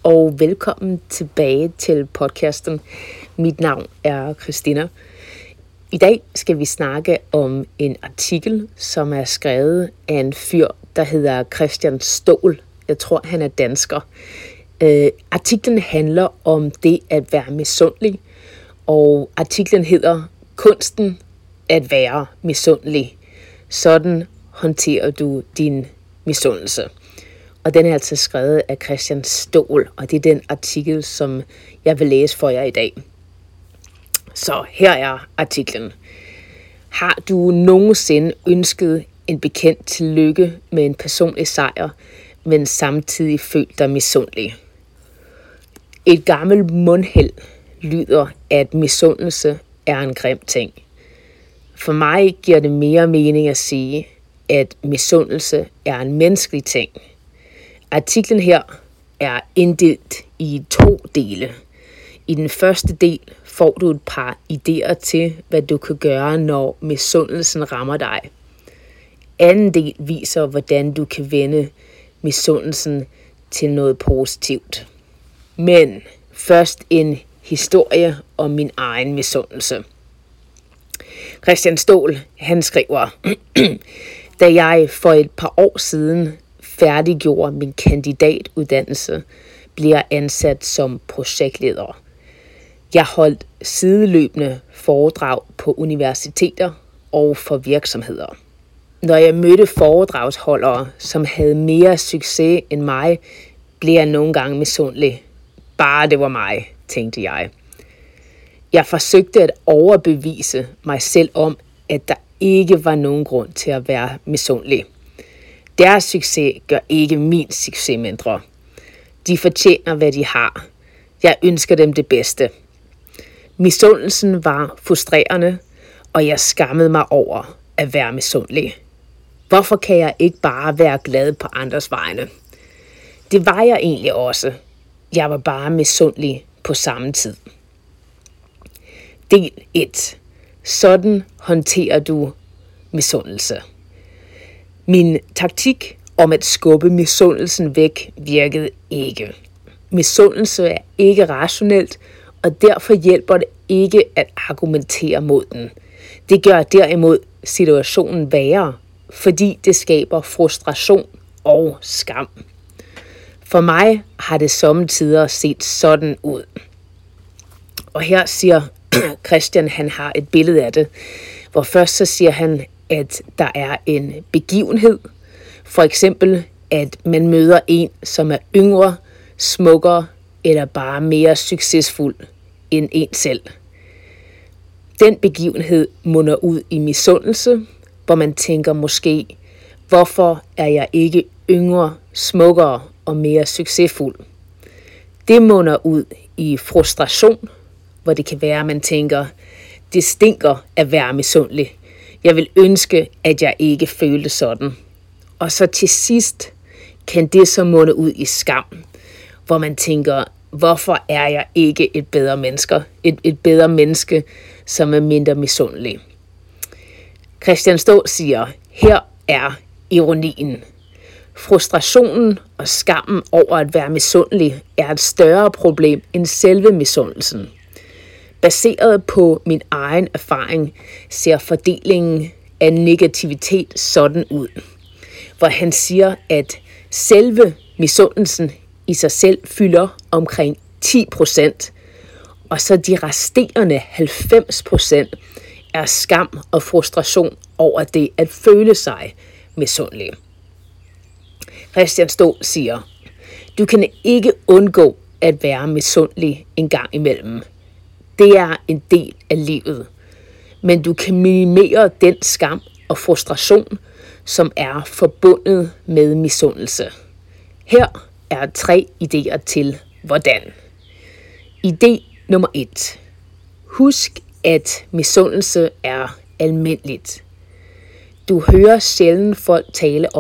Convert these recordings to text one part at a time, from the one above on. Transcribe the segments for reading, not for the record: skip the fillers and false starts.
og velkommen tilbage til podcasten. Mit navn er Christina. I dag skal vi snakke om en artikel, som er skrevet af en fyr, der hedder Christian Ståhl. Jeg tror, han er dansker. Artiklen handler om det at være misundelig, og artiklen hedder Kunsten at være misundelig. Sådan håndterer du din misundelse. Og den er altså skrevet af Christian Ståhl, og det er den artikel, som jeg vil læse for jer i dag. Så her er artiklen. Har du nogensinde ønsket en bekendt tillykke med en personlig sejr, men samtidig følt dig misundelig? Et gammelt mundheld lyder, at misundelse er en grim ting. For mig giver det mere mening at sige, at misundelse er en menneskelig ting. Artiklen her er inddelt i 2 dele. I den første del får du et par idéer til, hvad du kan gøre, når misundelsen rammer dig. Anden del viser, hvordan du kan vende misundelsen til noget positivt. Men først en historie om min egen misundelse. Christian Ståhl, han skriver, da jeg for et par år siden færdiggjorde min kandidatuddannelse, blev jeg ansat som projektleder. Jeg holdt sideløbende foredrag på universiteter og for virksomheder. Når jeg mødte foredragsholdere, som havde mere succes end mig, blev jeg nogle gange misundelig. Bare det var mig, tænkte jeg. Jeg forsøgte at overbevise mig selv om, at der ikke var nogen grund til at være misundelig. Deres succes gør ikke min succes mindre. De fortjener, hvad de har. Jeg ønsker dem det bedste. Misundelsen var frustrerende, og jeg skammede mig over at være misundelig. Hvorfor kan jeg ikke bare være glad på andres vegne? Det var jeg egentlig også. Jeg var bare misundelig på samme tid. Del 1. Sådan håndterer du misundelse. Min taktik om at skubbe misundelsen væk virkede ikke. Misundelse er ikke rationelt, og derfor hjælper det ikke at argumentere mod den. Det gør derimod situationen værre, fordi det skaber frustration og skam. For mig har det sommetider set sådan ud. Og her siger Christian, han har et billede af det, hvor først så siger han, at der er en begivenhed. For eksempel, at man møder en, som er yngre, smukkere eller bare mere succesfuld end en selv. Den begivenhed munder ud i misundelse, hvor man tænker måske, hvorfor er jeg ikke yngre, smukkere og mere succesfuld? Det munder ud i frustration, hvor det kan være, at man tænker, det stinker at være misundelig. Jeg vil ønske, at jeg ikke følte sådan. Og så til sidst kan det så munde ud i skam, hvor man tænker, hvorfor er jeg ikke et bedre menneske? Et bedre menneske, som er mindre misundelig. Christian Ståhl siger, her er ironien. Frustrationen og skammen over at være misundelig er et større problem end selve misundelsen. Baseret på min egen erfaring ser fordelingen af negativitet sådan ud, hvor han siger, at selve misundelsen i sig selv fylder omkring 10%, og så de resterende 90% er skam og frustration over det at føle sig misundelig. Christian Ståhl siger, du kan ikke undgå at være misundelig en gang imellem. Det er en del af livet. Men du kan minimere den skam og frustration, som er forbundet med misundelse. Her er 3 idéer til, hvordan. Idé nummer 1. Husk, at misundelse er almindeligt. Du hører sjældent folk tale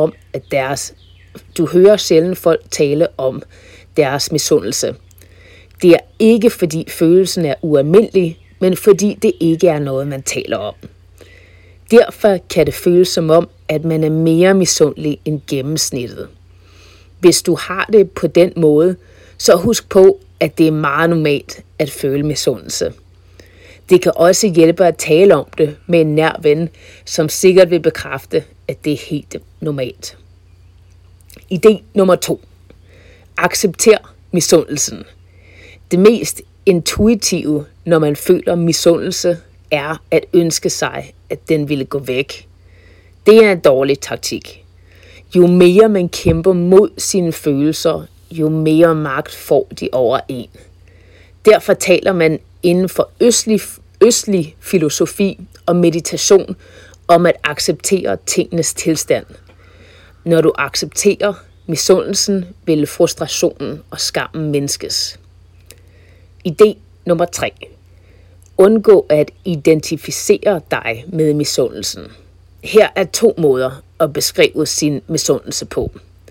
om deres misundelse. Det er ikke fordi følelsen er ualmindelig, men fordi det ikke er noget, man taler om. Derfor kan det føles som om, at man er mere misundelig end gennemsnittet. Hvis du har det på den måde, så husk på, at det er meget normalt at føle misundelse. Det kan også hjælpe at tale om det med en nær ven, som sikkert vil bekræfte, at det er helt normalt. Idé nummer 2. Accepter misundelsen. Det mest intuitive, når man føler misundelse, er at ønske sig, at den ville gå væk. Det er en dårlig taktik. Jo mere man kæmper mod sine følelser, jo mere magt får de over en. Derfor taler man inden for østlig filosofi og meditation om at acceptere tingenes tilstand. Når du accepterer misundelsen, vil frustrationen og skammen mindskes. Idé nummer 3. Undgå at identificere dig med misundelsen. Her er 2 måder at beskrive sin misundelse på.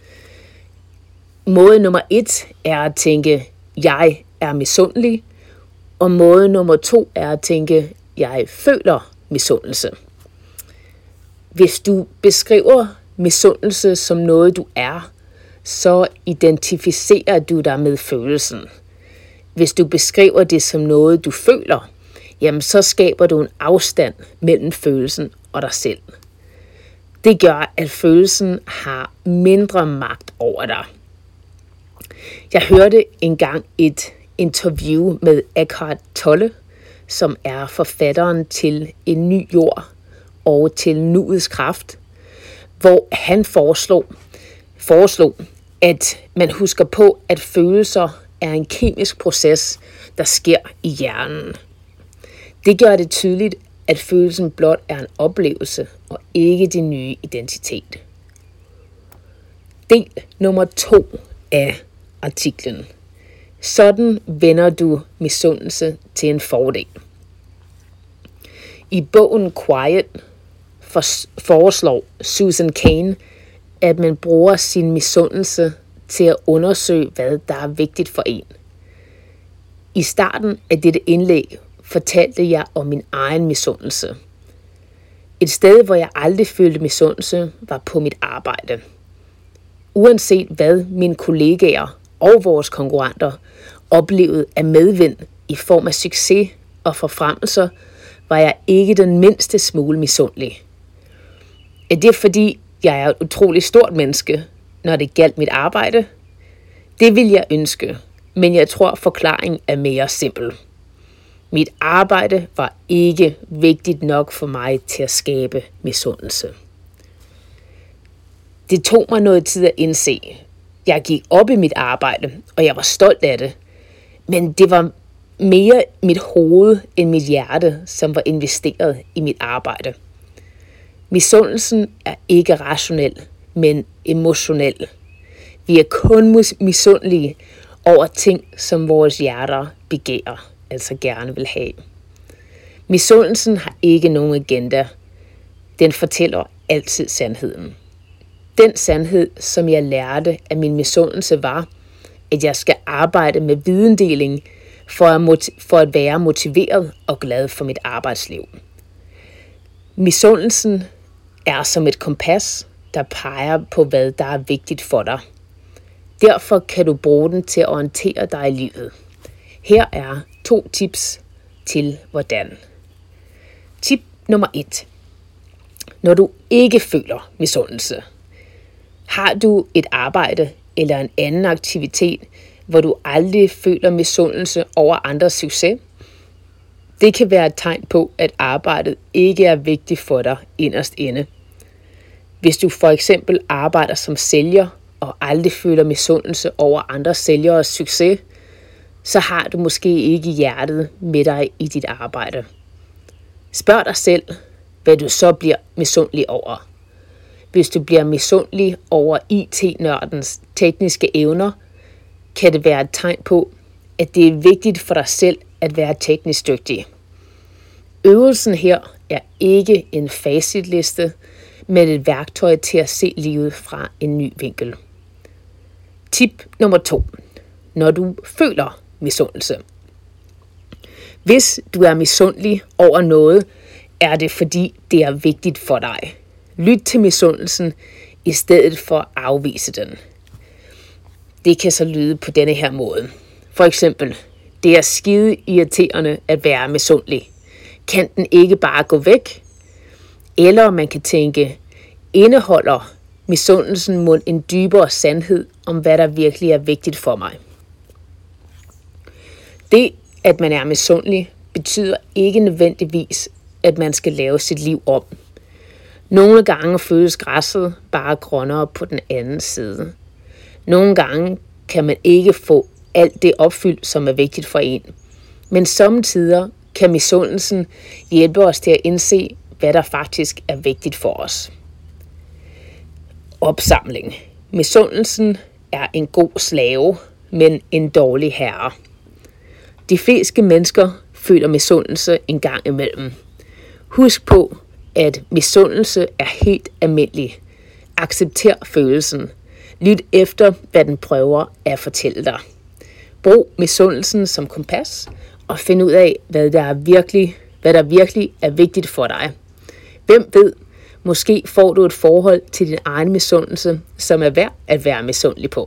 Måde nummer 1 er at tænke, jeg er misundelig, og måde nummer 2 er at tænke, jeg føler misundelse. Hvis du beskriver misundelse som noget du er, så identificerer du dig med følelsen. Hvis du beskriver det som noget du føler, jamen så skaber du en afstand mellem følelsen og dig selv. Det gør, at følelsen har mindre magt over dig. Jeg hørte engang et interview med Eckhart Tolle, som er forfatteren til En ny jord og til Nuets kraft, hvor han foreslog, at man husker på, at følelser er en kemisk proces, der sker i hjernen. Det gør det tydeligt, at følelsen blot er en oplevelse og ikke din nye identitet. Del nummer 2 af artiklen. Sådan vender du misundelse til en fordel. I bogen Quiet foreslår Susan Cain, at man bruger sin misundelse til at undersøge, hvad der er vigtigt for en. I starten af dette indlæg fortalte jeg om min egen misundelse. Et sted, hvor jeg aldrig følte misundelse, var på mit arbejde. Uanset hvad mine kollegaer og vores konkurrenter oplevede af medvind i form af succes og forfremmelser, var jeg ikke den mindste smule misundelig. Er det fordi, jeg er et utroligt stort menneske, når det galt mit arbejde? Det vil jeg ønske, men jeg tror forklaringen er mere simpel. Mit arbejde var ikke vigtigt nok for mig til at skabe misundelse. Det tog mig noget tid at indse. Jeg gik op i mit arbejde, og jeg var stolt af det. Men det var mere mit hoved end mit hjerte, som var investeret i mit arbejde. Misundelsen er ikke rationel, men emotionel. Vi er kun misundelige over ting, som vores hjerter begærer, altså gerne vil have. Misundelsen har ikke nogen agenda. Den fortæller altid sandheden. Den sandhed, som jeg lærte af min misundelse, var, at jeg skal arbejde med videndeling for at være motiveret og glad for mit arbejdsliv. Misundelsen er som et kompas, der peger på, hvad der er vigtigt for dig. Derfor kan du bruge den til at orientere dig i livet. Her er 2 tips til hvordan. Tip nummer 1. Når du ikke føler misundelse, har du et arbejde eller en anden aktivitet, hvor du aldrig føler misundelse over andres succes? Det kan være et tegn på, at arbejdet ikke er vigtigt for dig inderst inde. Hvis du for eksempel arbejder som sælger og aldrig føler misundelse over andre sælgeres succes, så har du måske ikke hjertet med dig i dit arbejde. Spørg dig selv, hvad du så bliver misundelig over. Hvis du bliver misundelig over IT-nørdens tekniske evner, kan det være et tegn på, at det er vigtigt for dig selv at være teknisk dygtig. Øvelsen her er ikke en facitliste, men et værktøj til at se livet fra en ny vinkel. Tip nummer 2. Når du føler misundelse. Hvis du er misundelig over noget, er det fordi det er vigtigt for dig. Lyt til misundelsen i stedet for at afvise den. Det kan så lyde på denne her måde. For eksempel, det er skide irriterende at være misundelig. Kan den ikke bare gå væk? Eller man kan tænke, indeholder misundelsen mon en dybere sandhed om, hvad der virkelig er vigtigt for mig? Det, at man er misundelig, betyder ikke nødvendigvis, at man skal lave sit liv om. Nogle gange føles græsset bare grønnere på den anden side. Nogle gange kan man ikke få alt det opfyldt, som er vigtigt for en. Men samtidig kan misundelsen hjælpe os til at indse, hvad der faktisk er vigtigt for os. Opsamling. Misundelsen er en god slave, men en dårlig herre. De fleste mennesker føler misundelse en gang imellem. Husk på, at misundelse er helt almindelig. Accepter følelsen. Lyt efter, hvad den prøver at fortælle dig. Brug misundelsen som kompas og find ud af, hvad der virkelig er vigtigt for dig. Hvem ved, måske får du et forhold til din egen misundelse, som er værd at være misundelig på.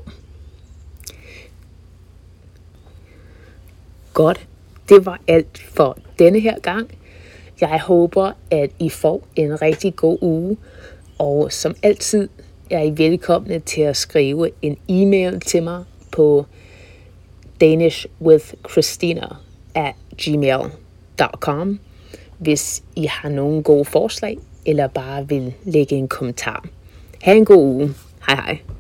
Godt, det var alt for denne her gang. Jeg håber, at I får en rigtig god uge, og som altid er I velkomne til at skrive en e-mail til mig på danishwithchristina@gmail.com, hvis I har nogle gode forslag, eller bare vil lægge en kommentar. Ha' en god uge. Hej hej.